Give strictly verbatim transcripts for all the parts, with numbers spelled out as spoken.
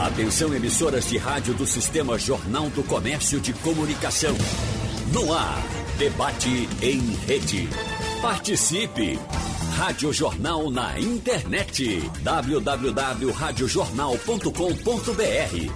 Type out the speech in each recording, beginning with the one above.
Atenção, emissoras de rádio do Sistema Jornal do Comércio de Comunicação. No ar, debate em rede. Participe! Rádio Jornal na internet. w w w ponto rádio jornal ponto com ponto b r.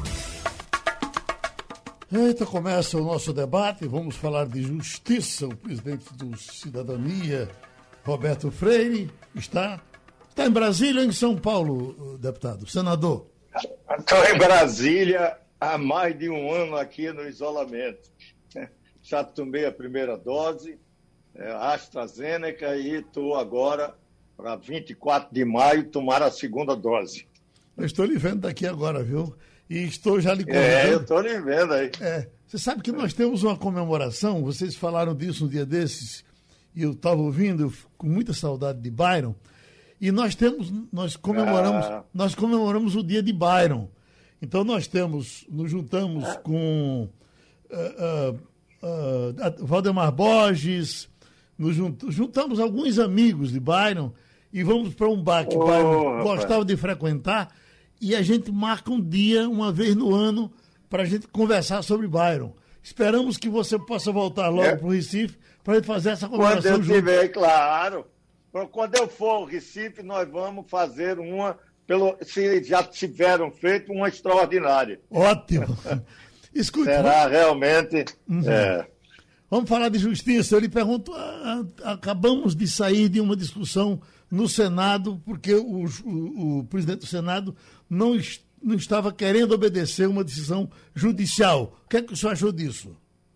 Eita, começa o nosso debate. Vamos falar de justiça. O presidente do Cidadania, Roberto Freire, está, está em Brasília ou em São Paulo, deputado, senador? Estou em Brasília há mais de um ano aqui no isolamento. Já tomei a primeira dose, é, AstraZeneca, e estou agora para vinte e quatro de maio tomar a segunda dose. Eu estou lhe vendo daqui agora, viu? E estou já lhe convidando. É, eu estou lhe vendo aí. É, você sabe que nós temos uma comemoração, vocês falaram disso um dia desses, e eu estava ouvindo com muita saudade de Byron, e nós temos, nós comemoramos, ah. nós comemoramos o dia de Byron. Então nós temos, nos juntamos ah. com uh, uh, uh, Valdemar Borges, nos junt, juntamos alguns amigos de Byron e vamos para um bar que oh, Byron rapaz. gostava de frequentar, e a gente marca um dia, uma vez no ano, para a gente conversar sobre Byron. Esperamos que você possa voltar logo é. para o Recife para a gente fazer essa comemoração junto. Quando eu tiver, claro. Quando eu for ao Recife, nós vamos fazer uma, pelo, se já tiveram feito, uma extraordinária. Ótimo. Escute, Será vamos... realmente... Uhum. É... Vamos falar de justiça. Eu lhe pergunto, a, a, acabamos de sair de uma discussão no Senado, porque o, o, o presidente do Senado não, est, não estava querendo obedecer uma decisão judicial. O que é que o senhor achou disso?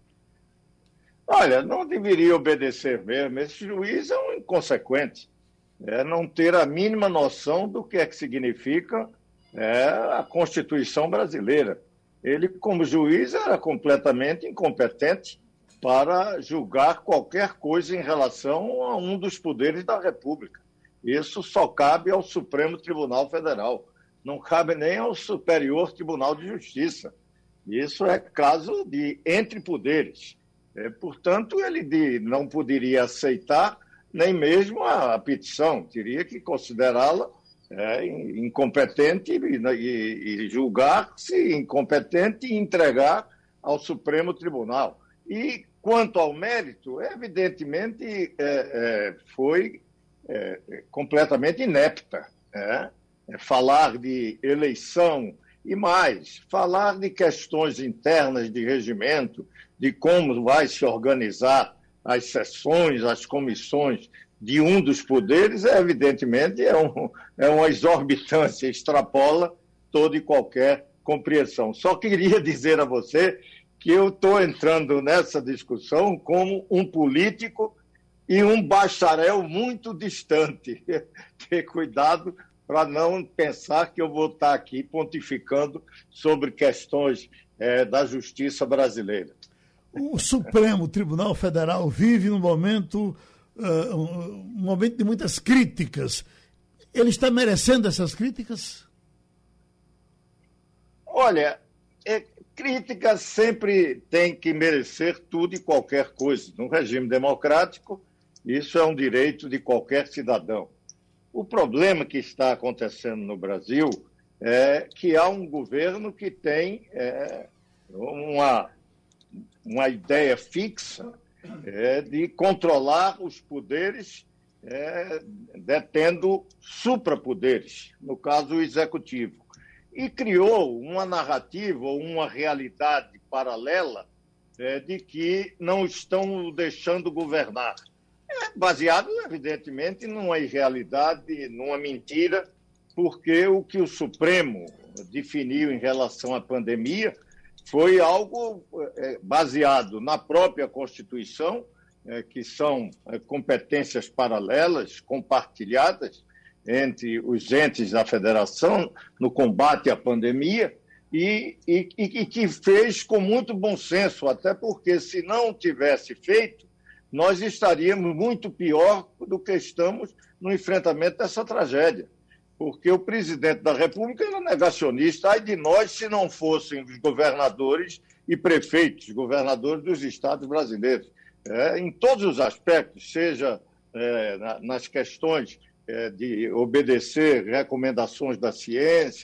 Olha, não deveria obedecer mesmo. Esse juiz é um inconsequente. É não ter a mínima noção do que é que significa é, a Constituição brasileira. Ele, como juiz, era completamente incompetente para julgar qualquer coisa em relação a um dos poderes da República. Isso só cabe ao Supremo Tribunal Federal. Não cabe nem ao Superior Tribunal de Justiça. Isso é caso de entre poderes. É, portanto, ele de, não poderia aceitar nem mesmo a, a petição. Teria que considerá-la é, incompetente e, e, e julgar-se incompetente e entregar ao Supremo Tribunal. E, quanto ao mérito, evidentemente, é, é, foi é, completamente inepta. É? É, falar de eleição e mais, falar de questões internas de regimento, de como vai se organizar as sessões, as comissões de um dos poderes, é, evidentemente, é, um, é uma exorbitância, extrapola toda e qualquer compreensão. Só queria dizer a você que eu estou entrando nessa discussão como um político e um bacharel muito distante. Ter cuidado para não pensar que eu vou estar aqui pontificando sobre questões é, da justiça brasileira. O Supremo Tribunal Federal vive num momento, uh, um momento de muitas críticas. Ele está merecendo essas críticas? Olha, é... crítica sempre tem que merecer tudo e qualquer coisa. No regime democrático, isso é um direito de qualquer cidadão. O problema que está acontecendo no Brasil é que há um governo que tem é, uma, uma ideia fixa é, de controlar os poderes, é, detendo suprapoderes, no caso o executivo. E criou uma narrativa, uma realidade paralela é, de que não estão o deixando governar. É baseado, evidentemente, numa irrealidade, numa mentira, porque o que o Supremo definiu em relação à pandemia foi algo é, baseado na própria Constituição, é, que são é, competências paralelas, compartilhadas, entre os entes da federação no combate à pandemia e, e, e que fez com muito bom senso, até porque se não tivesse feito, nós estaríamos muito pior do que estamos no enfrentamento dessa tragédia. Porque o presidente da República era negacionista, ai de nós se não fossem os governadores e prefeitos, governadores dos estados brasileiros. É, em todos os aspectos, seja é, na, nas questões é, de obedecer recomendações da ciência,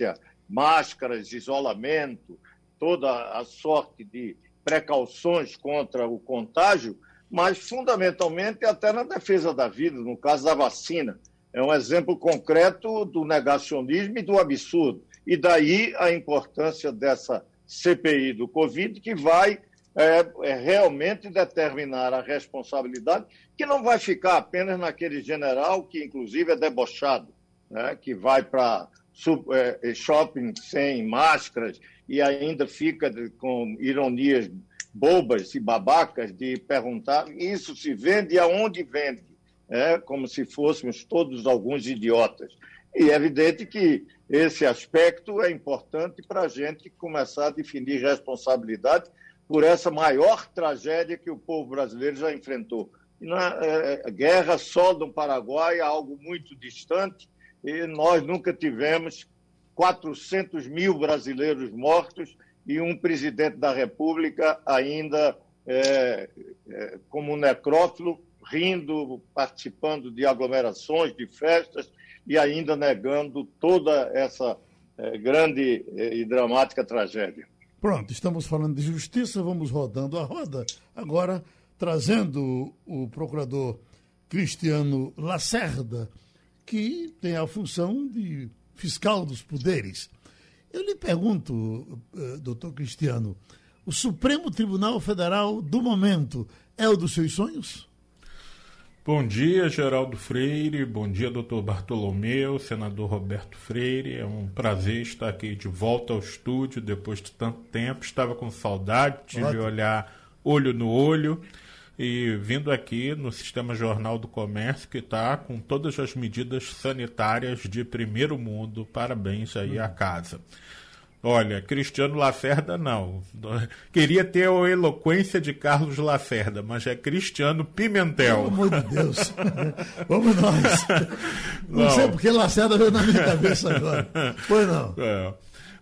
máscaras, isolamento, toda a sorte de precauções contra o contágio, mas fundamentalmente até na defesa da vida, no caso da vacina. É um exemplo concreto do negacionismo e do absurdo. E daí a importância dessa C P I do Covid, que vai é, é, realmente determinar a responsabilidade, que não vai ficar apenas naquele general que, inclusive, é debochado, né, que vai para é, shopping sem máscaras e ainda fica de, com ironias bobas e babacas de perguntar isso se vende e aonde vende, é, como se fôssemos todos alguns idiotas. E é evidente que esse aspecto é importante para a gente começar a definir responsabilidade por essa maior tragédia que o povo brasileiro já enfrentou. E não é, é, guerra só no Paraguai é algo muito distante e nós nunca tivemos quatrocentos mil brasileiros mortos e um presidente da República ainda é, é, como necrófilo, rindo, participando de aglomerações, de festas e ainda negando toda essa é, grande é, e dramática tragédia. Pronto, estamos falando de justiça, vamos rodando a roda. Agora, trazendo o procurador Cristiano Lacerda, que tem a função de fiscal dos poderes. Eu lhe pergunto, doutor Cristiano, o Supremo Tribunal Federal do momento é o dos seus sonhos? Bom dia, Geraldo Freire, bom dia, doutor Bartolomeu, senador Roberto Freire, é um prazer estar aqui de volta ao estúdio depois de tanto tempo, estava com saudade de lhe olhar olho no olho e vindo aqui no Sistema Jornal do Comércio, que está com todas as medidas sanitárias de primeiro mundo, parabéns aí à casa. Olha, Cristiano Lacerda não. Queria ter a eloquência de Carlos Lacerda, mas é Cristiano Pimentel. Pelo amor de Deus. Vamos nós. Não, não sei porque Lacerda veio na minha cabeça agora. Pois não. É.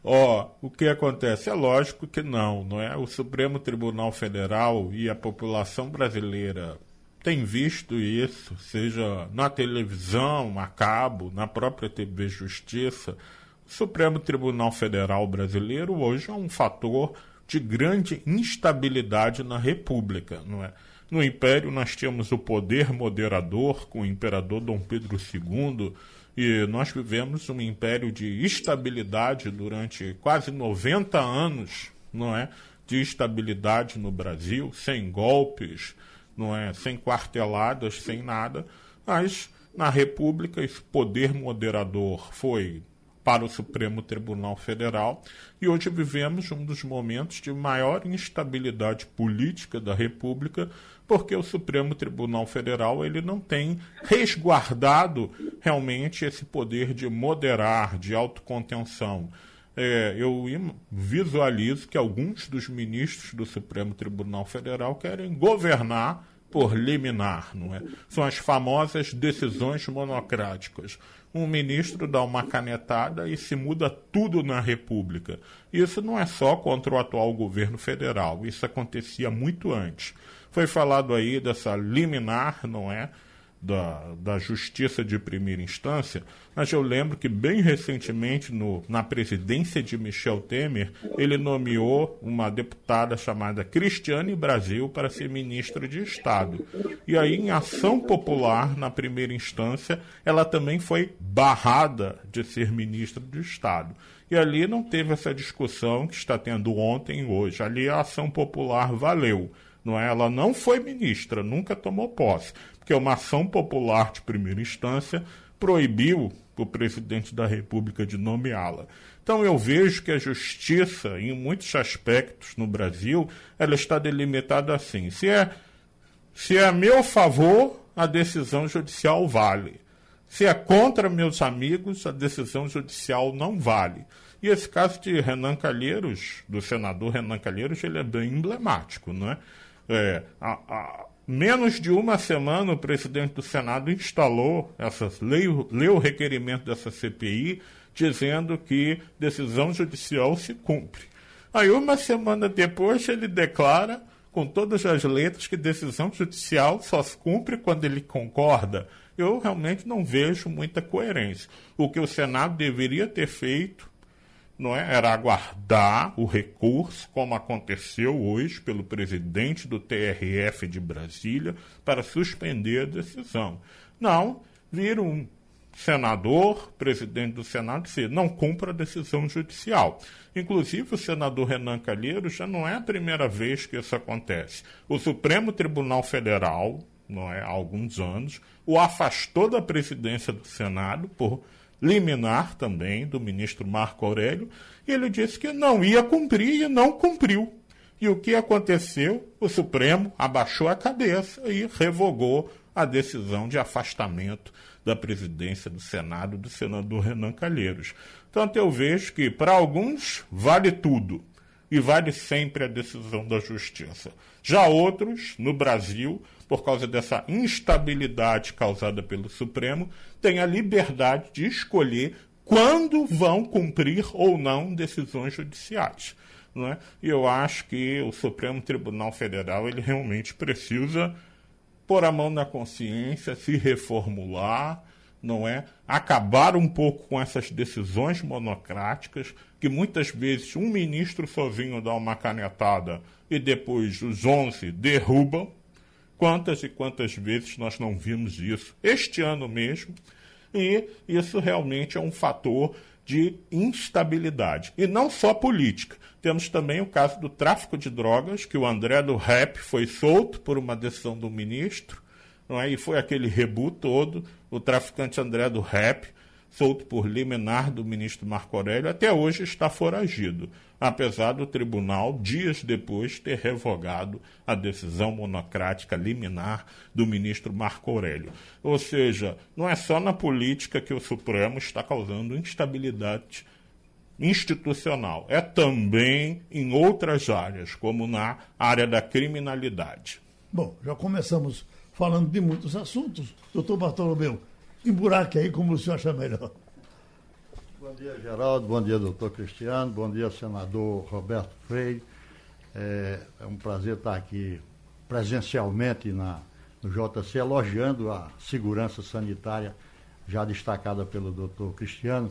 Ó, o que acontece? É lógico que não, não é? O Supremo Tribunal Federal e a população brasileira tem visto isso, seja na televisão, a cabo, na própria T V Justiça. O Supremo Tribunal Federal brasileiro hoje é um fator de grande instabilidade na República, não é? No Império nós tínhamos o poder moderador com o imperador Dom Pedro segundo e nós vivemos um império de estabilidade durante quase noventa anos, não é? De estabilidade no Brasil, sem golpes, não é? Sem quarteladas, sem nada, mas na República esse poder moderador foi para o Supremo Tribunal Federal, e hoje vivemos um dos momentos de maior instabilidade política da República, porque o Supremo Tribunal Federal ele não tem resguardado realmente esse poder de moderar, de autocontenção. É, eu visualizo que alguns dos ministros do Supremo Tribunal Federal querem governar por liminar, não é? São as famosas decisões monocráticas. Um ministro dá uma canetada e se muda tudo na República. Isso não é só contra o atual governo federal, isso acontecia muito antes. Foi falado aí dessa liminar, não é? Da, da Justiça de primeira instância, mas eu lembro que bem recentemente, no, na presidência de Michel Temer, ele nomeou uma deputada chamada Cristiane Brasil para ser ministra de Estado. E aí, em ação popular, na primeira instância, ela também foi barrada de ser ministra de Estado. E ali não teve essa discussão que está tendo ontem e hoje. Ali a ação popular valeu. Não é? Ela não foi ministra, nunca tomou posse, porque uma ação popular de primeira instância proibiu o presidente da República de nomeá-la. Então eu vejo que a justiça, em muitos aspectos no Brasil, ela está delimitada assim. Se é, se é a meu favor, a decisão judicial vale. Se é contra meus amigos, a decisão judicial não vale. E esse caso de Renan Calheiros, do senador Renan Calheiros, ele é bem emblemático, não é? É, a, a, menos de uma semana o presidente do Senado instalou, essas, leu, leu o requerimento dessa C P I, dizendo que decisão judicial se cumpre. Aí uma semana depois ele declara, com todas as letras, que decisão judicial só se cumpre quando ele concorda. Eu realmente não vejo muita coerência. O que o Senado deveria ter feito, não é? Era aguardar o recurso, como aconteceu hoje pelo presidente do T R F de Brasília, para suspender a decisão. Não, vira um senador, presidente do Senado, dizer, não cumpra a decisão judicial. Inclusive, o senador Renan Calheiros já não é a primeira vez que isso acontece. O Supremo Tribunal Federal, não é, há alguns anos, o afastou da presidência do Senado por liminar também do ministro Marco Aurélio, e ele disse que não ia cumprir e não cumpriu. E o que aconteceu? O Supremo abaixou a cabeça e revogou a decisão de afastamento da presidência do Senado do senador Renan Calheiros. Portanto, eu vejo que, para alguns, vale tudo e vale sempre a decisão da Justiça. Já outros, no Brasil, por causa dessa instabilidade causada pelo Supremo, têm a liberdade de escolher quando vão cumprir ou não decisões judiciais. Não é? E eu acho que o Supremo Tribunal Federal ele realmente precisa pôr a mão na consciência, se reformular, não é? Acabar um pouco com essas decisões monocráticas, que muitas vezes um ministro sozinho dá uma canetada e depois os onze derrubam. Quantas e quantas vezes nós não vimos isso este ano mesmo? E isso realmente é um fator de instabilidade. E não só política. Temos também o caso do tráfico de drogas, que o André do Rap foi solto por uma decisão do ministro, não é? E foi aquele rebu todo, o traficante André do Rap, solto por liminar do ministro Marco Aurélio, até hoje está foragido, apesar do tribunal, dias depois, ter revogado a decisão monocrática liminar do ministro Marco Aurélio. Ou seja, não é só na política que o Supremo está causando instabilidade institucional, é também em outras áreas, como na área da criminalidade. Bom, já começamos falando de muitos assuntos. Doutor Bartolomeu, emburaque aí como o senhor acha melhor. Bom dia, Geraldo. Bom dia, doutor Cristiano. Bom dia, senador Roberto Freire. É, é um prazer estar aqui presencialmente na, no J C, elogiando a segurança sanitária já destacada pelo doutor Cristiano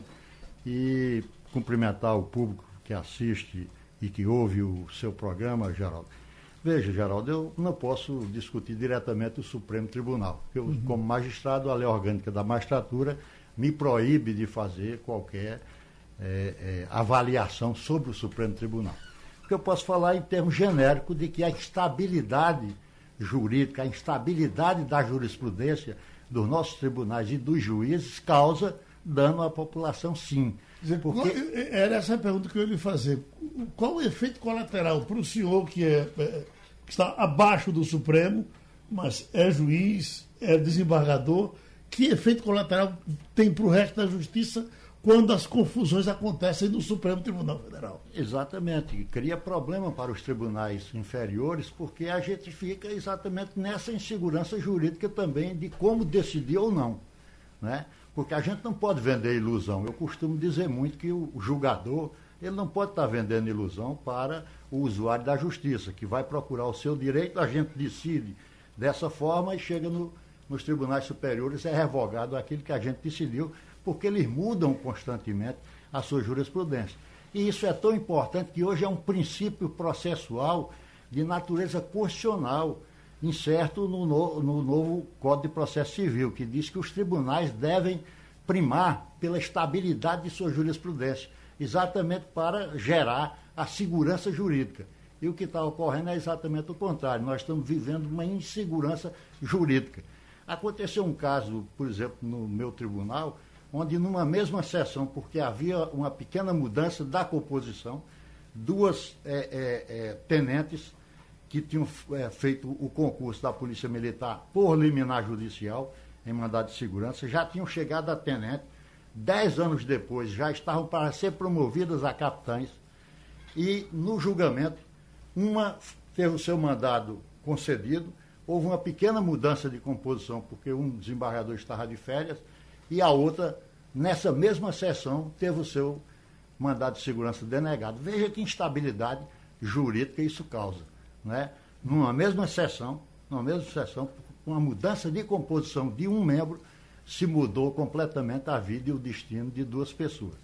e cumprimentar o público que assiste e que ouve o seu programa, Geraldo. Veja, Geraldo, eu não posso discutir diretamente o Supremo Tribunal. Eu, uhum. como magistrado, a lei orgânica da magistratura me proíbe de fazer qualquer é, é, avaliação sobre o Supremo Tribunal. O que eu posso falar em termos genéricos de que a instabilidade jurídica, a instabilidade da jurisprudência dos nossos tribunais e dos juízes causa dano à população, sim. Porque... Era essa a pergunta que eu ia lhe fazer. Qual o efeito colateral para o senhor que, é, é, que está abaixo do Supremo, mas é juiz, é desembargador, que efeito colateral tem para o resto da justiça quando as confusões acontecem no Supremo Tribunal Federal? Exatamente. Cria problema para os tribunais inferiores, porque a gente fica exatamente nessa insegurança jurídica também de como decidir ou não, né? Porque a gente não pode vender ilusão. Eu costumo dizer muito que o julgador ele não pode estar vendendo ilusão para o usuário da justiça, que vai procurar o seu direito, a gente decide dessa forma e chega no, nos tribunais superiores, é revogado aquilo que a gente decidiu, porque eles mudam constantemente a sua jurisprudência. E isso é tão importante que hoje é um princípio processual de natureza constitucional, incerto no, no, no novo Código de Processo Civil, que diz que os tribunais devem primar pela estabilidade de sua jurisprudência, exatamente para gerar a segurança jurídica. E o que está ocorrendo é exatamente o contrário. Nós estamos vivendo uma insegurança jurídica. Aconteceu um caso, por exemplo, no meu tribunal, onde numa mesma sessão, porque havia uma pequena mudança da composição, duas é, é, é, tenentes que tinham é, feito o concurso da Polícia Militar por liminar judicial, em mandado de segurança, já tinham chegado a tenente, dez anos depois já estavam para ser promovidas a capitães, e no julgamento, uma teve o seu mandado concedido, houve uma pequena mudança de composição, porque um desembargador estava de férias, e a outra, nessa mesma sessão, teve o seu mandado de segurança denegado. Veja que instabilidade jurídica isso causa. Né? Numa mesma sessão, numa mesma sessão, com a mudança de composição de um membro, se mudou completamente a vida e o destino de duas pessoas.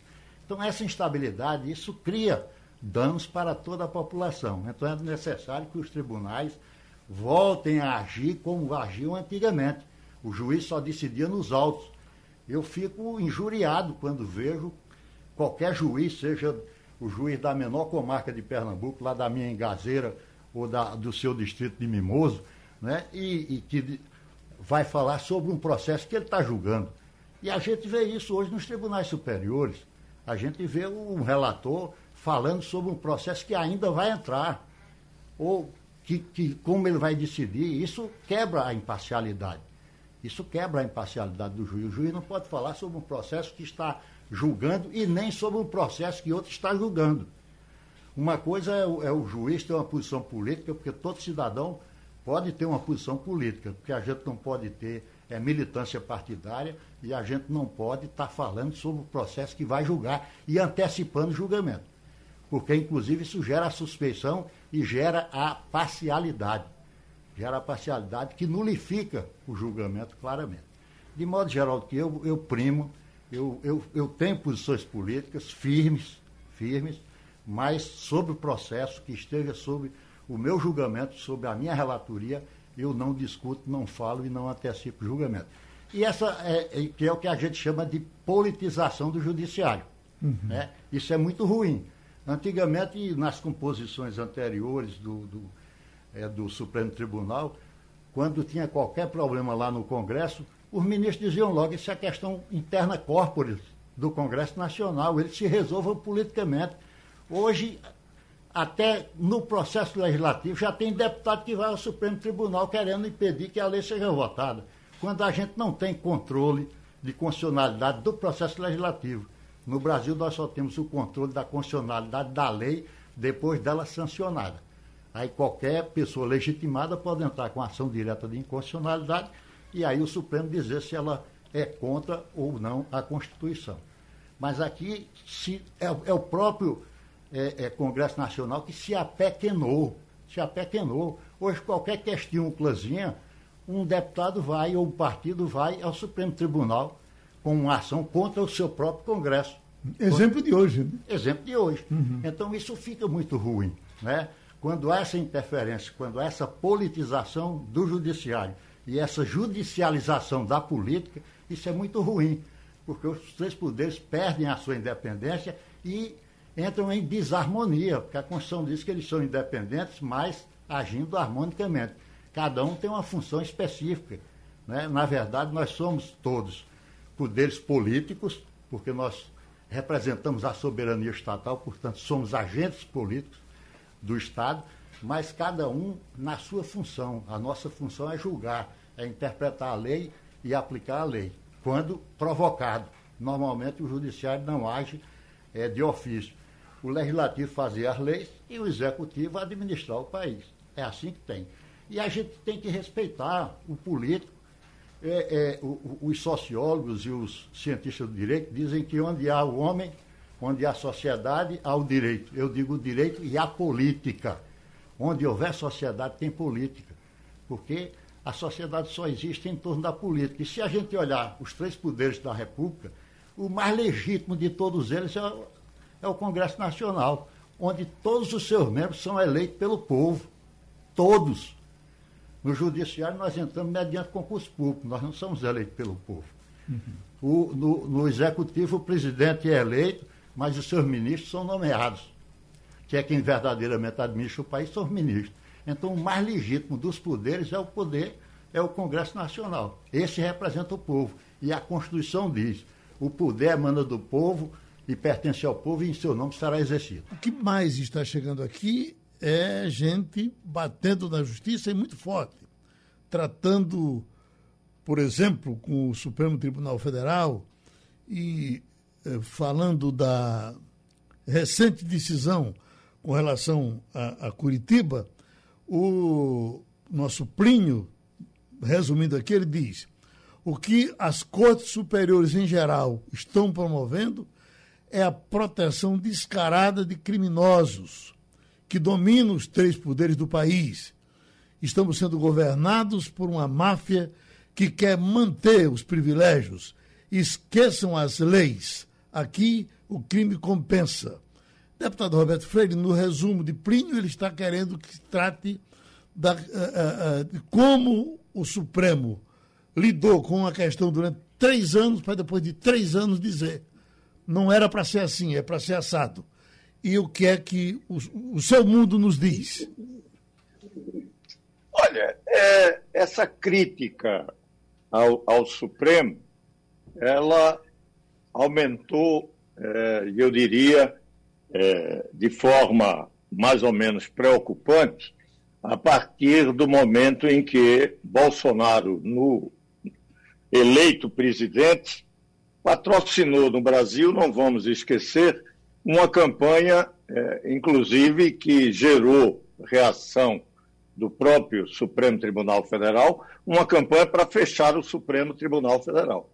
Então, essa instabilidade, isso cria danos para toda a população. Então, é necessário que os tribunais voltem a agir como agiam antigamente. O juiz só decidia nos autos. Eu fico injuriado quando vejo qualquer juiz, seja o juiz da menor comarca de Pernambuco, lá da minha Engazeira, ou da, do seu distrito de Mimoso, né? e, e que vai falar sobre um processo que ele está julgando. E a gente vê isso hoje nos tribunais superiores. A gente vê um relator falando sobre um processo que ainda vai entrar, ou que, que como ele vai decidir. Isso quebra a imparcialidade. Isso quebra a imparcialidade do juiz. O juiz não pode falar sobre um processo que está julgando e nem sobre um processo que outro está julgando. Uma coisa é o, é o juiz ter uma posição política, porque todo cidadão pode ter uma posição política, porque a gente não pode ter é, militância partidária e a gente não pode estar falando sobre o processo que vai julgar e antecipando o julgamento. Porque, inclusive, isso gera a suspeição e gera a parcialidade. Gera a parcialidade que nulifica o julgamento claramente. De modo geral, que eu, eu primo, eu, eu, eu tenho posições políticas firmes, firmes, mas sobre o processo que esteja sob o meu julgamento, sobre a minha relatoria, eu não discuto, não falo e não antecipo o julgamento. E essa é, é, que é o que a gente chama de politização do judiciário. Uhum. Né? Isso é muito ruim. Antigamente, nas composições anteriores do, do, é, do Supremo Tribunal, quando tinha qualquer problema lá no Congresso, os ministros diziam logo, isso é questão interna corporis do Congresso Nacional, eles se resolvam politicamente. Hoje, até no processo legislativo, já tem deputado que vai ao Supremo Tribunal querendo impedir que a lei seja votada, quando a gente não tem controle de constitucionalidade do processo legislativo. No Brasil, nós só temos o controle da constitucionalidade da lei depois dela sancionada. Aí qualquer pessoa legitimada pode entrar com ação direta de inconstitucionalidade e aí o Supremo dizer se ela é contra ou não a Constituição. Mas aqui se, é, é o próprio é, é, Congresso Nacional que se apequenou, se apequenou. Hoje, qualquer questão-clazinha, um deputado vai ou um partido vai ao Supremo Tribunal com uma ação contra o seu próprio Congresso. Exemplo de hoje. Né? Exemplo de hoje. Uhum. Então, isso fica muito ruim, né? Quando há essa interferência, quando há essa politização do judiciário e essa judicialização da política, isso é muito ruim, porque os três poderes perdem a sua independência e entram em desarmonia, porque a Constituição diz que eles são independentes, mas agindo harmonicamente. Cada um tem uma função específica, né? Na verdade, nós somos todos poderes políticos, porque nós representamos a soberania estatal, portanto, somos agentes políticos do Estado, mas cada um na sua função. A nossa função é julgar, é interpretar a lei e aplicar a lei, quando provocado. Normalmente, o judiciário não age é, de ofício. O legislativo fazia as leis e o executivo administrar o país. É assim que tem. E a gente tem que respeitar o político. É, é, o, os sociólogos e os cientistas do direito dizem que onde há o homem, onde há sociedade, há o direito. Eu digo o direito e a política. Onde houver sociedade, tem política. Porque a sociedade só existe em torno da política. E se a gente olhar os três poderes da República, o mais legítimo de todos eles é o, é o Congresso Nacional, onde todos os seus membros são eleitos pelo povo. Todos. No judiciário, nós entramos mediante concurso público, nós não somos eleitos pelo povo. Uhum. O, no, no executivo, o presidente é eleito, mas os seus ministros são nomeados, que é quem verdadeiramente administra o país, são os ministros. Então, o mais legítimo dos poderes é o poder, é o Congresso Nacional. Esse representa o povo. E a Constituição diz, o poder emana do povo e pertence ao povo e em seu nome será exercido. O que mais está chegando aqui é gente batendo na justiça e muito forte, tratando, por exemplo, com o Supremo Tribunal Federal e eh, falando da recente decisão com relação a, a Curitiba, o nosso Plínio, resumindo aqui, ele diz: o que as cortes superiores em geral estão promovendo é a proteção descarada de criminosos que dominam os três poderes do país. Estamos sendo governados por uma máfia que quer manter os privilégios. Esqueçam as leis. Aqui o crime compensa. Deputado Roberto Freire, no resumo de Plínio, ele está querendo que se trate da, uh, uh, de como o Supremo lidou com a questão durante três anos, para depois de três anos dizer não era para ser assim, é para ser assado. E o que é que o, o seu mundo nos diz? Olha, é, essa crítica ao, ao Supremo, ela aumentou, é, eu diria, é, de forma mais ou menos preocupante, a partir do momento em que Bolsonaro, no eleito presidente, patrocinou no Brasil, não vamos esquecer, uma campanha, é, inclusive, que gerou reação do próprio Supremo Tribunal Federal, uma campanha para fechar o Supremo Tribunal Federal.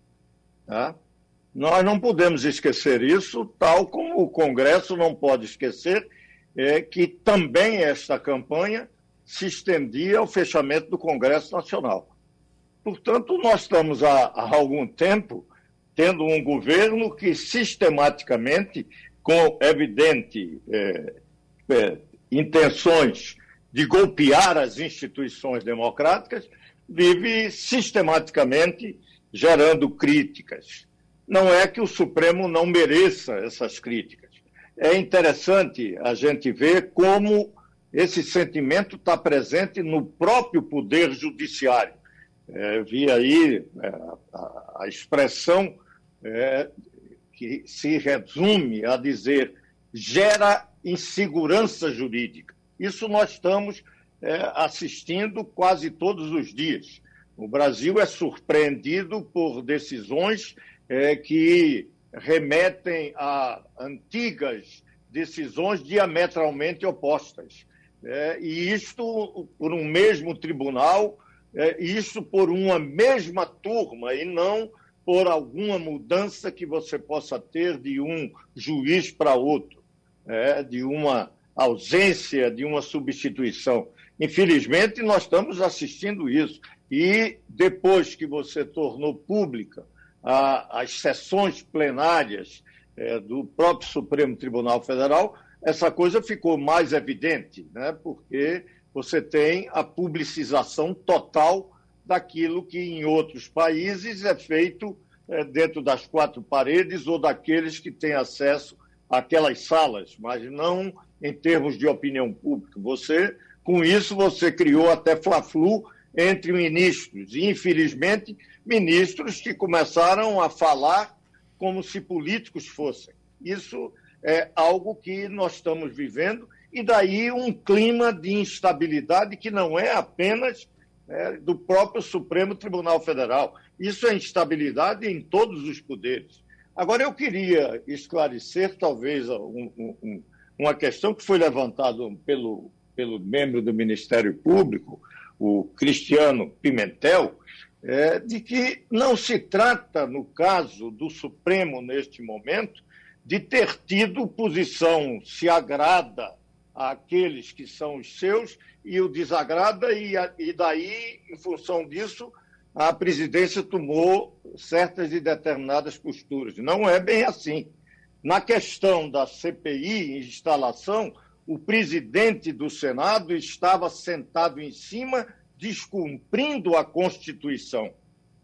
Tá? Nós não podemos esquecer isso, tal como o Congresso não pode esquecer é, que também esta campanha se estendia ao fechamento do Congresso Nacional. Portanto, nós estamos há, há algum tempo tendo um governo que sistematicamente, com evidente é, é, intenções de golpear as instituições democráticas, vive sistematicamente gerando críticas. Não é que o Supremo não mereça essas críticas. É interessante a gente ver como esse sentimento está presente no próprio Poder Judiciário. É, vi aí é, a, a expressão é, que se resume a dizer gera insegurança jurídica. Isso nós estamos é, assistindo quase todos os dias. O Brasil é surpreendido por decisões é, que remetem a antigas decisões diametralmente opostas. É, e isto por um mesmo tribunal, é, isto por uma mesma turma e não por alguma mudança que você possa ter de um juiz para outro, é, de uma ausência, de uma substituição. Infelizmente, nós estamos assistindo isso. E depois que você tornou pública a, as sessões plenárias é, do próprio Supremo Tribunal Federal, essa coisa ficou mais evidente, né? Porque você tem a publicização total daquilo que em outros países é feito é, dentro das quatro paredes ou daqueles que têm acesso àquelas salas, mas não em termos de opinião pública. Você, com isso, você criou até fla-flu entre ministros, e, infelizmente, ministros que começaram a falar como se políticos fossem. Isso é algo que nós estamos vivendo, e daí um clima de instabilidade que não é apenas é, do próprio Supremo Tribunal Federal. Isso é instabilidade em todos os poderes. Agora, eu queria esclarecer, talvez, um, um, uma questão que foi levantada pelo, pelo membro do Ministério Público, o Cristiano Pimentel, é, de que não se trata, no caso do Supremo, neste momento, de ter tido posição se agrada àqueles que são os seus e o desagrada, e, e daí, em função disso, a presidência tomou certas e determinadas posturas. Não é bem assim. Na questão da C P I, instalação, o presidente do Senado estava sentado em cima, descumprindo a Constituição.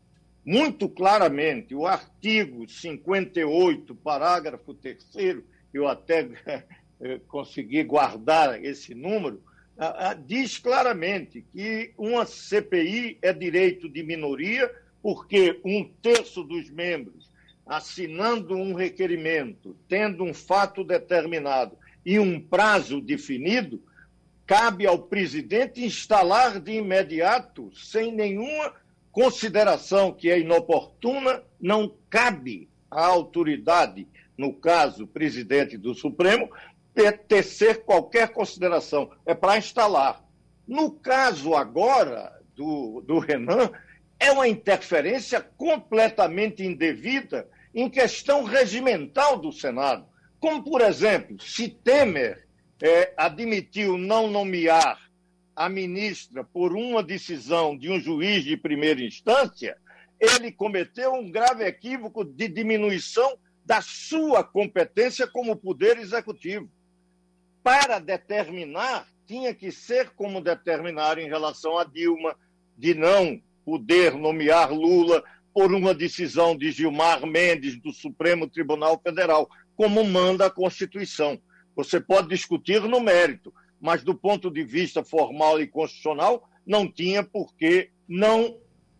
Muito claramente, o artigo cinquenta e oito, parágrafo terceiro, eu até consegui guardar esse número, diz claramente que uma C P I é direito de minoria, porque um terço dos membros, assinando um requerimento, tendo um fato determinado e um prazo definido, cabe ao presidente instalar de imediato, sem nenhuma consideração que é inoportuna, não cabe à autoridade, no caso, presidente do Supremo, tecer qualquer consideração. É para instalar. No caso agora do, do Renan, é uma interferência completamente indevida em questão regimental do Senado. Como, por exemplo, se Temer é, admitiu não nomear a ministra por uma decisão de um juiz de primeira instância, ele cometeu um grave equívoco de diminuição da sua competência como poder executivo. Para determinar, tinha que ser como determinar em relação a Dilma, de não poder nomear Lula por uma decisão de Gilmar Mendes do Supremo Tribunal Federal, como manda a Constituição. Você pode discutir no mérito, mas do ponto de vista formal e constitucional, não tinha por que não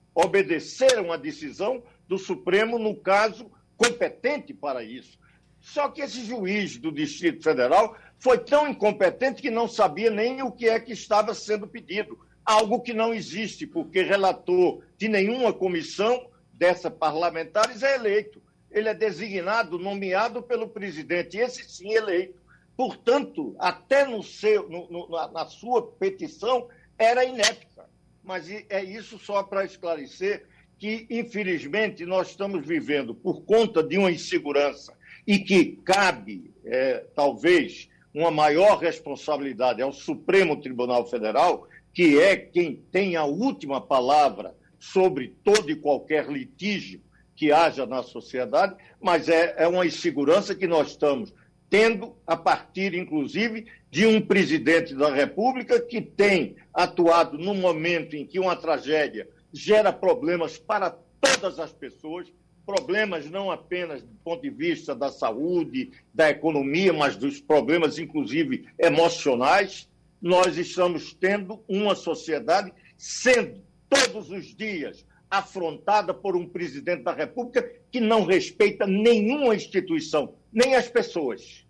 obedecer uma decisão do Supremo, no caso, competente para isso. Só que esse juiz do Distrito Federal foi tão incompetente que não sabia nem o que é que estava sendo pedido, algo que não existe, porque relator de nenhuma comissão dessa parlamentares é eleito. Ele é designado, nomeado pelo presidente, esse sim eleito. Portanto, até no seu, no, no, na, na sua petição, era inepta. Mas é isso só para esclarecer que, infelizmente, nós estamos vivendo por conta de uma insegurança e que cabe, é, talvez, uma maior responsabilidade ao Supremo Tribunal Federal, que é quem tem a última palavra sobre todo e qualquer litígio que haja na sociedade, mas é, é uma insegurança que nós estamos tendo a partir, inclusive, de um presidente da República que tem atuado no momento em que uma tragédia gera problemas para todas as pessoas, problemas não apenas do ponto de vista da saúde, da economia, mas dos problemas, inclusive, emocionais. Nós estamos tendo uma sociedade sendo, todos os dias, afrontada por um presidente da República que não respeita nenhuma instituição, nem as pessoas.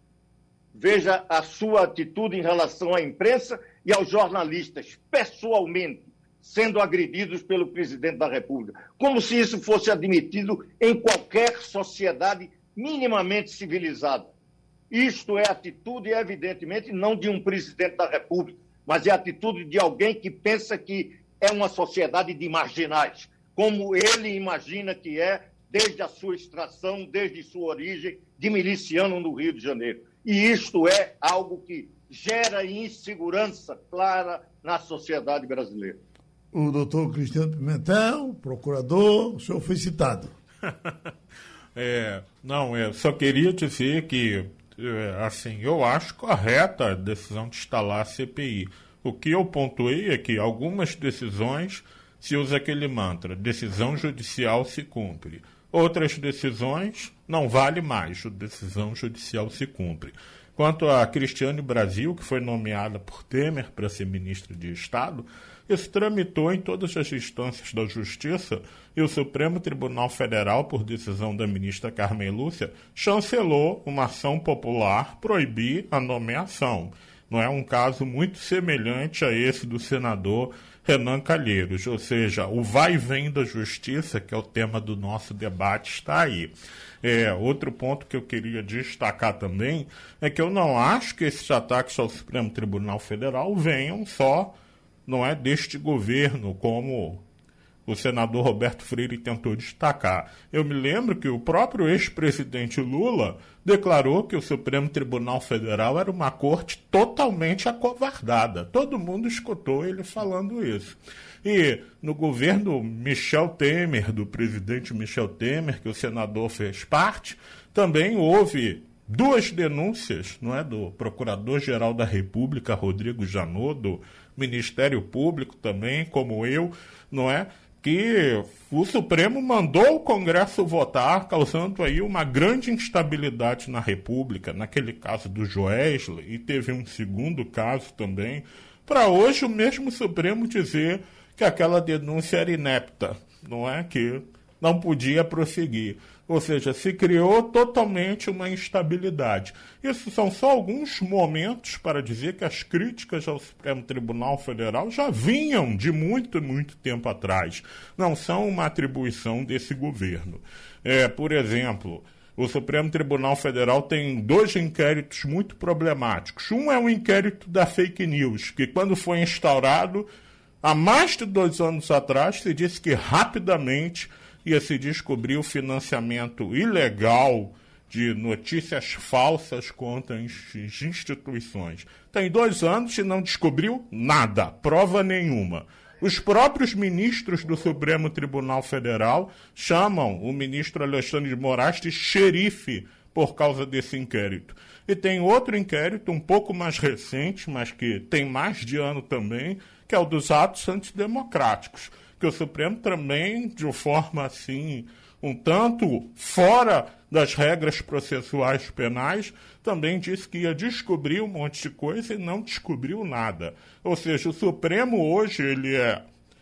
Veja a sua atitude em relação à imprensa e aos jornalistas, pessoalmente, sendo agredidos pelo presidente da República, como se isso fosse admitido em qualquer sociedade minimamente civilizada. Isto é atitude, evidentemente, não de um presidente da República, mas é atitude de alguém que pensa que é uma sociedade de marginais, como ele imagina que é desde a sua extração, desde sua origem, de miliciano no Rio de Janeiro. E isto é algo que gera insegurança clara na sociedade brasileira. O doutor Cristiano Pimentel, procurador, o senhor foi citado. é, não, eu só queria dizer que, é, assim, eu acho correta a decisão de instalar a C P I. O que eu pontuei é que algumas decisões se usa aquele mantra, decisão judicial se cumpre. Outras decisões não vale mais, a decisão judicial se cumpre. Quanto a Cristiane Brasil, que foi nomeada por Temer para ser ministra de Estado, isso tramitou em todas as instâncias da Justiça e o Supremo Tribunal Federal, por decisão da ministra Carmen Lúcia, chancelou uma ação popular proibir a nomeação. Não é um caso muito semelhante a esse do senador Renan Calheiros, ou seja, o vai e vem da justiça, que é o tema do nosso debate, está aí. É, outro ponto que eu queria destacar também é que eu não acho que esses ataques ao Supremo Tribunal Federal venham só, não é, deste governo, como o senador Roberto Freire tentou destacar. Eu me lembro que o próprio ex-presidente Lula declarou que o Supremo Tribunal Federal era uma corte totalmente acovardada. Todo mundo escutou ele falando isso. E no governo Michel Temer, do presidente Michel Temer, que o senador fez parte, também houve duas denúncias, não é, do Procurador-Geral da República, Rodrigo Janot, do Ministério Público também, como eu, não é, que o Supremo mandou o Congresso votar, causando aí uma grande instabilidade na República, naquele caso do Joesley, e teve um segundo caso também, para hoje o mesmo Supremo dizer que aquela denúncia era inepta, não é, que não podia prosseguir. Ou seja, se criou totalmente uma instabilidade. Isso são só alguns momentos para dizer que as críticas ao Supremo Tribunal Federal já vinham de muito, muito tempo atrás. Não são uma atribuição desse governo. É, por exemplo, o Supremo Tribunal Federal tem dois inquéritos muito problemáticos. Um é o inquérito da fake news, que quando foi instaurado, há mais de dois anos atrás, se disse que rapidamente ia se descobrir o financiamento ilegal de notícias falsas contra as instituições. Tem dois anos e não descobriu nada, prova nenhuma. Os próprios ministros do Supremo Tribunal Federal chamam o ministro Alexandre de Moraes de xerife por causa desse inquérito. E tem outro inquérito um pouco mais recente, mas que tem mais de ano também, que é o dos atos antidemocráticos, que o Supremo também, de forma assim, um tanto fora das regras processuais penais, também disse que ia descobrir um monte de coisa e não descobriu nada. Ou seja, o Supremo hoje ele é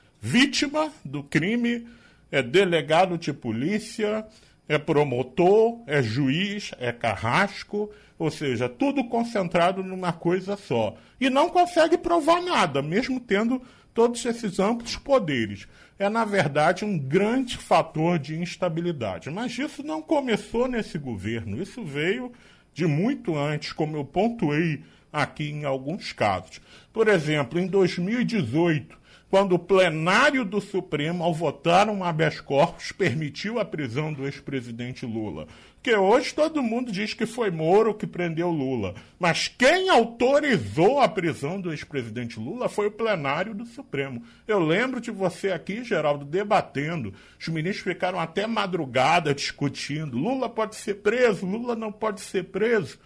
vítima do crime, é delegado de polícia, é promotor, é juiz, é carrasco, ou seja, tudo concentrado numa coisa só. E não consegue provar nada, mesmo tendo todos esses amplos poderes. É, na verdade, um grande fator de instabilidade. Mas isso não começou nesse governo, isso veio de muito antes, como eu pontuei aqui em alguns casos. Por exemplo, em dois mil e dezoito, quando o plenário do Supremo, ao votar um habeas corpus, permitiu a prisão do ex-presidente Lula. Porque hoje todo mundo diz que foi Moro que prendeu Lula. Mas quem autorizou a prisão do ex-presidente Lula foi o plenário do Supremo. Eu lembro de você aqui, Geraldo, debatendo. Os ministros ficaram até madrugada discutindo. Lula pode ser preso, Lula não pode ser preso.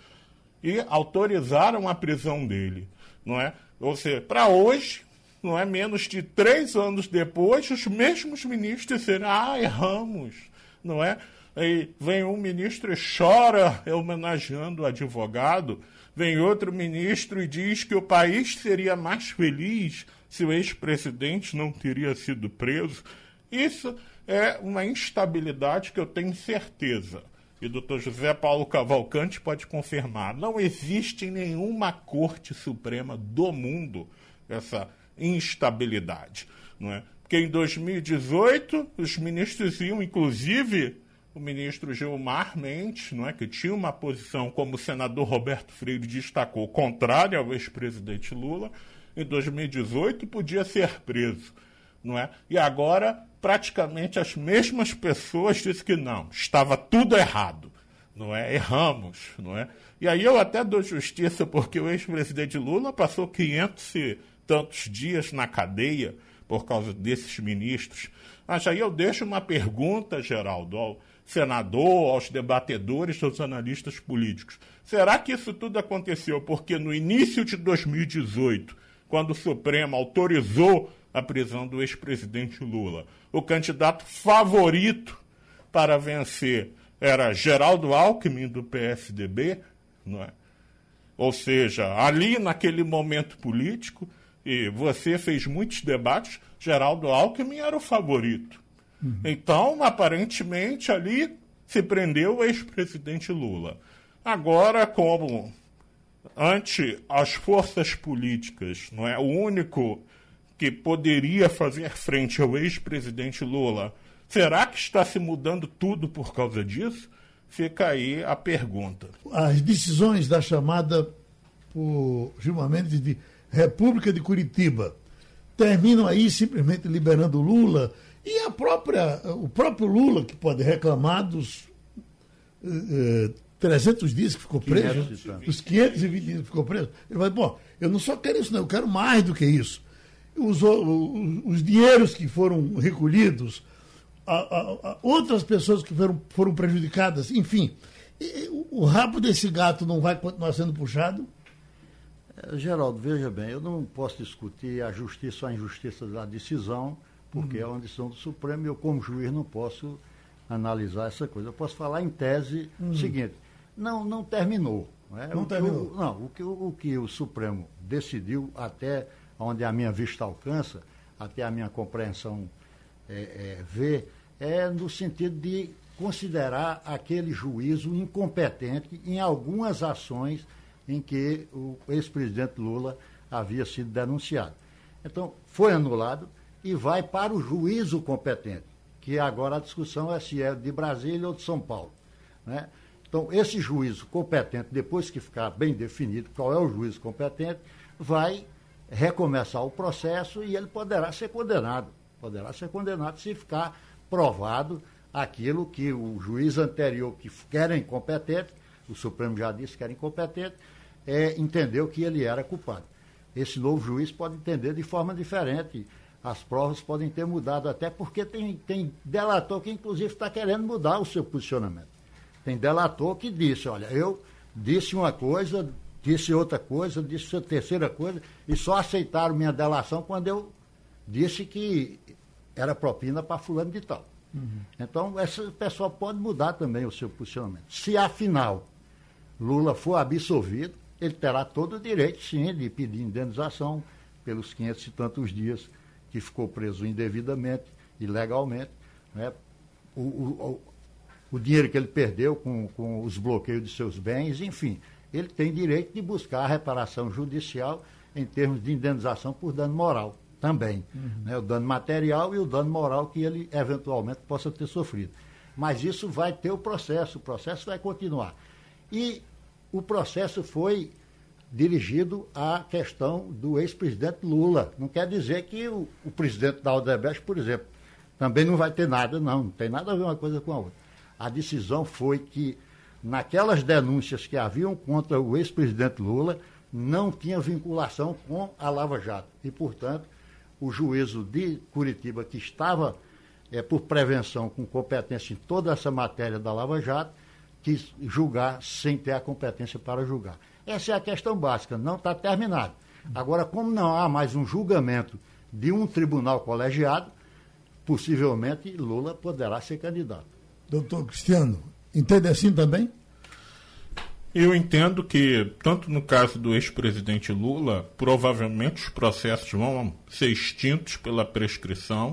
E autorizaram a prisão dele. Não é? Ou seja, para hoje, não é, menos de três anos depois, os mesmos ministros dizem, ah, erramos, não é? Aí vem um ministro e chora homenageando o advogado, vem outro ministro e diz que o país seria mais feliz se o ex-presidente não teria sido preso. Isso é uma instabilidade que eu tenho certeza. E o doutor José Paulo Cavalcante pode confirmar. Não existe em nenhuma Corte Suprema do mundo essa instabilidade, não é? Porque em dois mil e dezoito os ministros iam, inclusive o ministro Gilmar Mendes, não é, que tinha uma posição, como o senador Roberto Freire destacou, contrária ao ex-presidente Lula, em dois mil e dezoito podia ser preso, não é? E agora praticamente as mesmas pessoas dizem que não, estava tudo errado, não é? Erramos, não é? E aí eu até dou justiça porque o ex-presidente Lula passou quinhentos e tantos dias na cadeia por causa desses ministros. Mas aí eu deixo uma pergunta, Geraldo, ao senador, aos debatedores, aos analistas políticos. Será que isso tudo aconteceu porque no início de dois mil e dezoito, quando o Supremo autorizou a prisão do ex-presidente Lula, o candidato favorito para vencer era Geraldo Alckmin, do P S D B, não é? Ou seja, ali naquele momento político, e você fez muitos debates, Geraldo Alckmin era o favorito. Uhum. Então, aparentemente, ali se prendeu o ex-presidente Lula. Agora, como ante as forças políticas, não é, o único que poderia fazer frente ao ex-presidente Lula, será que está se mudando tudo por causa disso? Fica aí a pergunta. As decisões da chamada por Gilmar Mendes de República de Curitiba terminam aí simplesmente liberando Lula e a própria, o próprio Lula, que pode reclamar dos eh, trezentos dias que ficou preso, dos quinhentos e vinte dias que ficou preso. Ele vai, bom, eu não só quero isso, não, eu quero mais do que isso. Os, os, os dinheiros que foram recolhidos, a, a, a outras pessoas que foram, foram prejudicadas, enfim. E, o, o rabo desse gato não vai continuar sendo puxado? Geraldo, veja bem, eu não posso discutir a justiça ou a injustiça da decisão, porque uhum. é uma decisão do Supremo e eu, como juiz, não posso analisar essa coisa. Eu posso falar em tese uhum. o seguinte, não, não terminou. Não, é? não o terminou. Que o, não, o que, o, o que o Supremo decidiu, até onde a minha vista alcança, até a minha compreensão é, é, vê, é no sentido de considerar aquele juízo incompetente em algumas ações em que o ex-presidente Lula havia sido denunciado. Então, foi anulado e vai para o juízo competente, que agora a discussão é se é de Brasília ou de São Paulo, né? Então, esse juízo competente, depois que ficar bem definido qual é o juízo competente, vai recomeçar o processo e ele poderá ser condenado. Poderá ser condenado se ficar provado aquilo que o juiz anterior, que era incompetente, o Supremo já disse que era incompetente, é, entendeu que ele era culpado. Esse novo juiz pode entender de forma diferente. as provas podem ter mudado, até porque tem, tem delator que, inclusive, está querendo mudar o seu posicionamento. Tem delator que disse, olha, eu disse uma coisa, disse outra coisa, disse a terceira coisa, e só aceitaram minha delação quando eu disse que era propina para fulano de tal. Uhum. Então, esse pessoal pode mudar também o seu posicionamento. Se, afinal, Lula for absolvido, ele terá todo o direito, sim, de pedir indenização pelos quinhentos e tantos dias que ficou preso indevidamente, ilegalmente, né? o, o, o dinheiro que ele perdeu com, com os bloqueios de seus bens, enfim, ele tem direito de buscar a reparação judicial em termos de indenização por dano moral também, uhum. né? O dano material e o dano moral que ele eventualmente possa ter sofrido. Mas isso vai ter o processo, o processo vai continuar. E o processo foi dirigido à questão do ex-presidente Lula. Não quer dizer que o, o presidente da Odebrecht, por exemplo, também não vai ter nada, não. Não tem nada a ver uma coisa com a outra. A decisão foi que, naquelas denúncias que haviam contra o ex-presidente Lula, não tinha vinculação com a Lava Jato. E, portanto, o juízo de Curitiba, que estava, é, por prevenção, com competência em toda essa matéria da Lava Jato, quis julgar sem ter a competência para julgar. Essa é a questão básica, não está terminado. Agora, como não há mais um julgamento de um tribunal colegiado, possivelmente Lula poderá ser candidato. Doutor Cristiano, entende assim também? Eu entendo que, tanto no caso do ex-presidente Lula, provavelmente os processos vão ser extintos pela prescrição,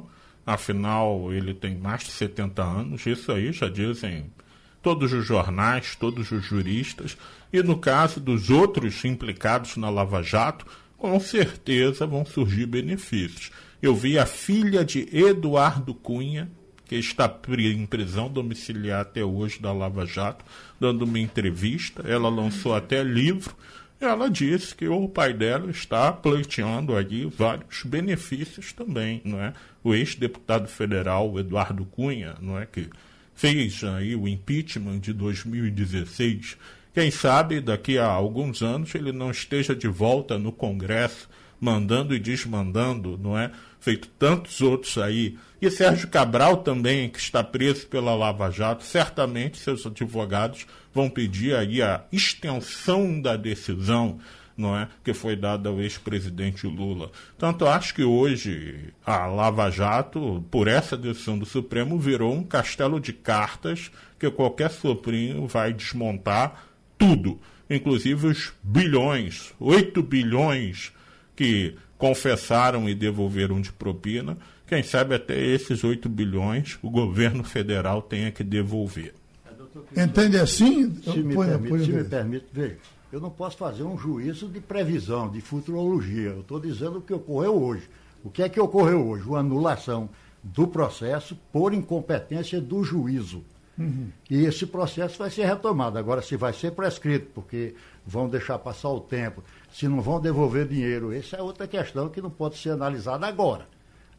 afinal ele tem mais de setenta anos, isso aí já dizem todos os jornais, todos os juristas, e no caso dos outros implicados na Lava Jato, com certeza vão surgir benefícios. Eu vi a filha de Eduardo Cunha, que está em prisão domiciliar até hoje da Lava Jato, dando uma entrevista. Ela lançou até livro. Ela disse que o pai dela está pleiteando ali vários benefícios também, não é? O ex-deputado federal Eduardo Cunha, não é, que fez aí o impeachment de dois mil e dezesseis. Quem sabe daqui a alguns anos ele não esteja de volta no Congresso, mandando e desmandando, não é? Feito tantos outros aí. E Sérgio Cabral também, que está preso pela Lava Jato, certamente seus advogados vão pedir aí a extensão da decisão, não é, que foi dada ao ex-presidente Lula. Tanto acho que hoje a Lava Jato, por essa decisão do Supremo, virou um castelo de cartas que qualquer soprinho vai desmontar tudo, inclusive os bilhões, oito bilhões que confessaram e devolveram de propina. Quem sabe até esses oito bilhões o governo federal tenha que devolver. Entende assim? Se me, permite, se me permite, veja, eu não posso fazer um juízo de previsão, de futurologia. Eu estou dizendo o que ocorreu hoje. O que é que ocorreu hoje? Uma anulação do processo por incompetência do juízo. Uhum. E esse processo vai ser retomado. Agora, se vai ser prescrito, porque vão deixar passar o tempo, se não vão devolver dinheiro, essa é outra questão que não pode ser analisada agora.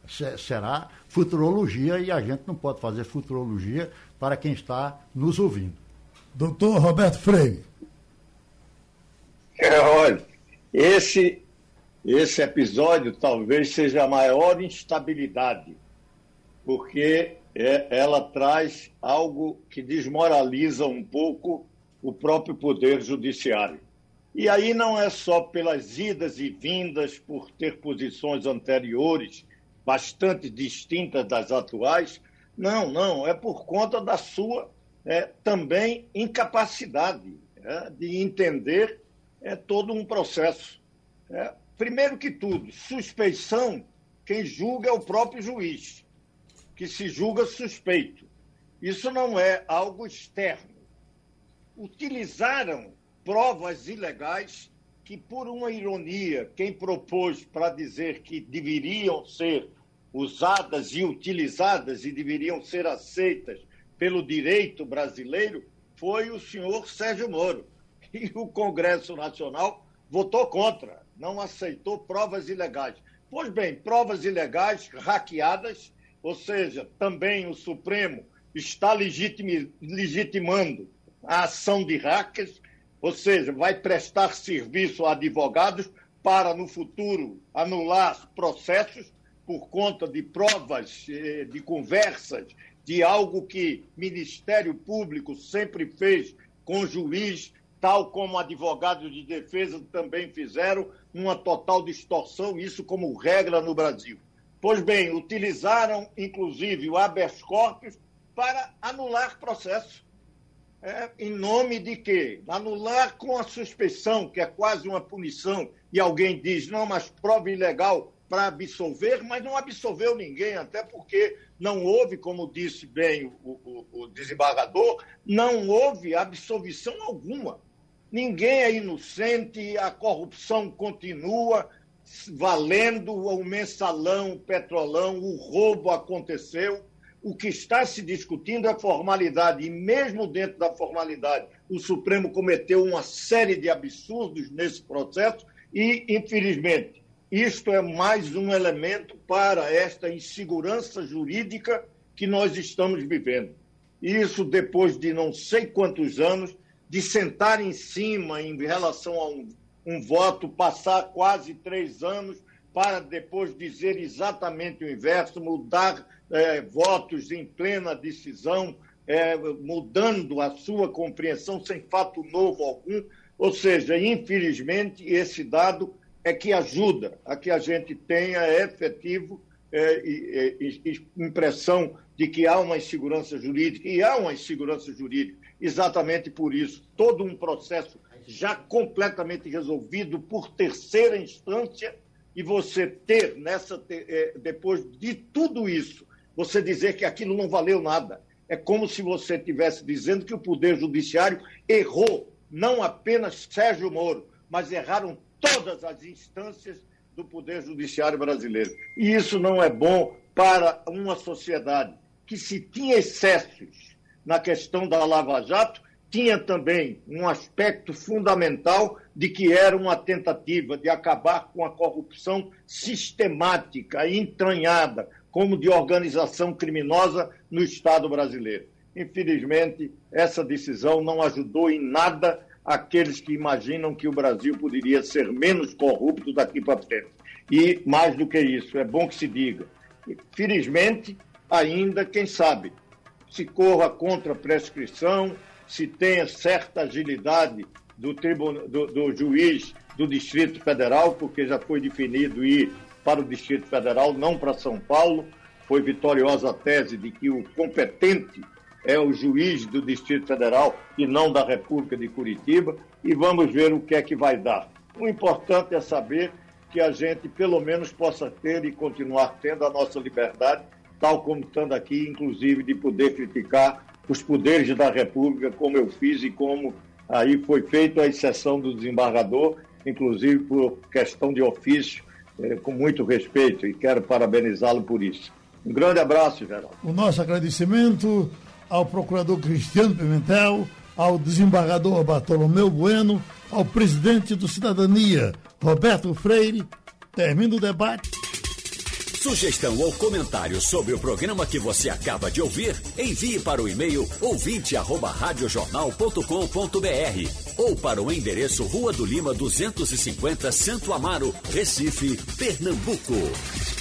Será futurologia e a gente não pode fazer futurologia para quem está nos ouvindo. Doutor Roberto Freire. É, olha, esse, esse episódio talvez seja a maior instabilidade, porque é, ela traz algo que desmoraliza um pouco o próprio Poder Judiciário. E aí não é só pelas idas e vindas, por ter posições anteriores bastante distintas das atuais, não, não, é por conta da sua é, também incapacidade é, de entender é, todo um processo. É, primeiro que tudo, suspeição, quem julga é o próprio juiz, que se julga suspeito. Isso não é algo externo. Utilizaram provas ilegais que, por uma ironia, quem propôs para dizer que deveriam ser usadas e utilizadas e deveriam ser aceitas pelo direito brasileiro foi o senhor Sérgio Moro. E o Congresso Nacional votou contra, não aceitou provas ilegais. Pois bem, provas ilegais hackeadas, ou seja, também o Supremo está legitimi- legitimando a ação de hackers, ou seja, vai prestar serviço a advogados para, no futuro, anular processos. por conta de provas, de conversas, de algo que o Ministério Público sempre fez com o juiz, tal como advogados de defesa também fizeram, uma total distorção, isso como regra no Brasil. Pois bem, utilizaram, inclusive, o habeas corpus para anular processo. É, em nome de quê? Anular com a suspeição, que é quase uma punição, e alguém diz, não, mas prova ilegal para absolver, mas não absolveu ninguém, até porque não houve, como disse bem o, o, o desembargador, não houve absolvição alguma. Ninguém é inocente, a corrupção continua valendo, o mensalão, o petrolão, o roubo aconteceu. O que está se discutindo é formalidade, e mesmo dentro da formalidade, o Supremo cometeu uma série de absurdos nesse processo e, infelizmente, isto é mais um elemento para esta insegurança jurídica que nós estamos vivendo. Isso depois de não sei quantos anos de sentar em cima em relação a um, um voto, passar quase três anos para depois dizer exatamente o inverso, mudar é, votos em plena decisão, é, mudando a sua compreensão sem fato novo algum. Ou seja, infelizmente, esse dado é que ajuda a que a gente tenha efetivo é, e, e, impressão de que há uma insegurança jurídica, e há uma insegurança jurídica. Exatamente por isso, todo um processo já completamente resolvido por terceira instância, e você ter, nessa, depois de tudo isso, você dizer que aquilo não valeu nada. É como se você estivesse dizendo que o Poder Judiciário errou, não apenas Sérgio Moro, mas erraram todas as instâncias do Poder Judiciário brasileiro. E isso não é bom para uma sociedade que, se tinha excessos na questão da Lava Jato, tinha também um aspecto fundamental de que era uma tentativa de acabar com a corrupção sistemática e entranhada, como de organização criminosa no Estado brasileiro. Infelizmente, essa decisão não ajudou em nada aqueles que imaginam que o Brasil poderia ser menos corrupto daqui para frente. E, mais do que isso, é bom que se diga, felizmente, ainda, quem sabe, se corra contra a prescrição, se tenha certa agilidade do, tribunal, do, do juiz do Distrito Federal, porque já foi definido ir para o Distrito Federal, não para São Paulo. Foi vitoriosa a tese de que o competente é o juiz do Distrito Federal e não da República de Curitiba, e vamos ver o que é que vai dar. O importante é saber que a gente, pelo menos, possa ter e continuar tendo a nossa liberdade, tal como estando aqui, inclusive, de poder criticar os poderes da República, como eu fiz e como aí foi feito a exceção do desembargador, inclusive por questão de ofício, eh, com muito respeito, e quero parabenizá-lo por isso. Um grande abraço, Geraldo. O nosso agradecimento ao procurador Cristiano Pimentel, ao desembargador Bartolomeu Bueno, ao presidente do Cidadania, Roberto Freire. Termina o debate. Sugestão ou comentário sobre o programa que você acaba de ouvir, envie para o e-mail ouvinte arroba radiojornal ponto com ponto br ou para o endereço Rua do Lima duzentos e cinquenta, Santo Amaro, Recife, Pernambuco.